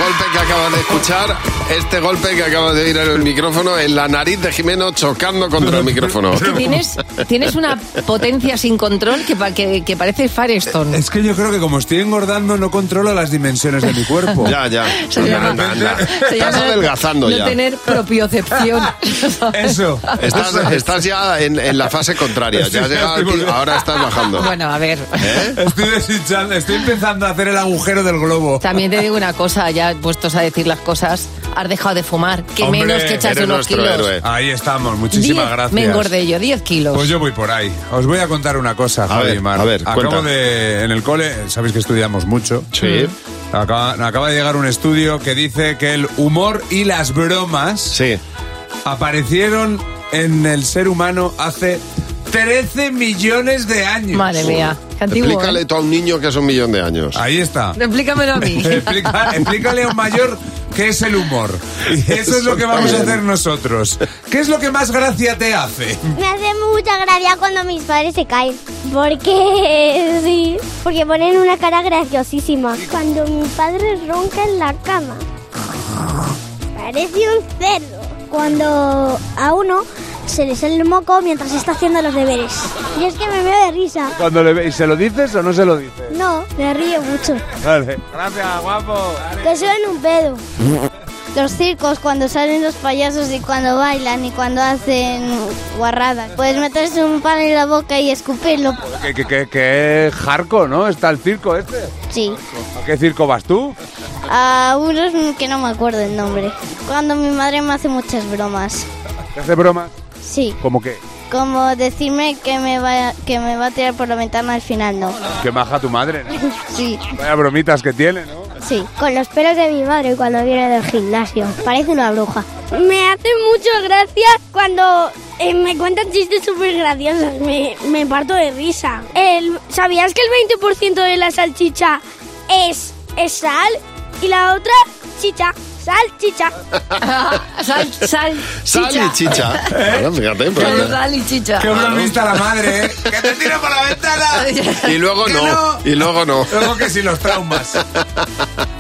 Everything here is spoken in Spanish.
golpe que acabas de escuchar, este golpe que acabas de oír en el micrófono, en la nariz de Jimeno chocando contra el micrófono. Es que tienes una potencia sin control que parece Firestone. Es que yo creo que como estoy engordando no controlo las dimensiones de mi cuerpo. Ya. Se llama Estás adelgazando no ya. tener propiocepción. Eso. Estás ya en la fase contraria. Ya has llegado ahora estás bajando. Bueno, a ver. Estoy deshinchando, estoy empezando a hacer el agujero del globo. También te digo una cosa, ya puestos a decir las cosas, has dejado de fumar, que Hombre, menos que echarse eres unos nuestro kilos. héroe. Ahí estamos, muchísimas 10, gracias. me engordé yo, 10 kilos. Pues yo voy por ahí. Os voy a contar una cosa, Javi y Mar. a ver, Acabo cuenta. en el cole, sabéis que estudiamos mucho. Sí. Acaba de llegar un estudio que dice que el humor y las bromas Sí. aparecieron en el ser humano hace 13 millones de años. Madre mía, qué antiguo. Explícale tú a un niño que es 1 millón de años. Ahí está. Explícamelo a mí. Explícale a un mayor qué es el humor. Y eso es lo que vamos a hacer nosotros. ¿Qué es lo que más gracia te hace? Me hace mucha gracia cuando mis padres se caen. Porque sí, porque ponen una cara graciosísima. Cuando mi padre ronca en la cama. Parece un cerdo. Cuando a uno se le sale el moco mientras está haciendo los deberes. Y es que me veo de risa. Cuando ¿y se lo dices o no se lo dices? No, me río mucho. Vale. Gracias, guapo. Que suene un pedo. Los circos, cuando salen los payasos y cuando bailan y cuando hacen guarradas. Puedes meterse un pan en la boca y escupirlo. ¿Qué jarco, ¿no? Está el circo este. Sí. ¿A qué circo vas tú? A unos que no me acuerdo el nombre. Cuando mi madre me hace muchas bromas. ¿Te hace bromas? Sí. ¿Cómo qué? Como decirme que me va a tirar por la ventana al final, no. Qué maja tu madre, ¿no? Sí. Vaya bromitas que tiene, ¿no? Sí. Con los pelos de mi madre cuando viene del gimnasio. Parece una bruja. Me hace mucho gracia cuando me cuentan chistes súper graciosos. Me parto de risa. ¿Sabías que el 20% de la salchicha es sal? Y la otra, chicha. Salchicha. Sal y chicha. Bueno, fíjate. Pues, Sal y chicha. Qué bromista la madre, ¿eh? ¡Que te tiro por la ventana! y luego Que no. Y luego no. Luego que si los traumas.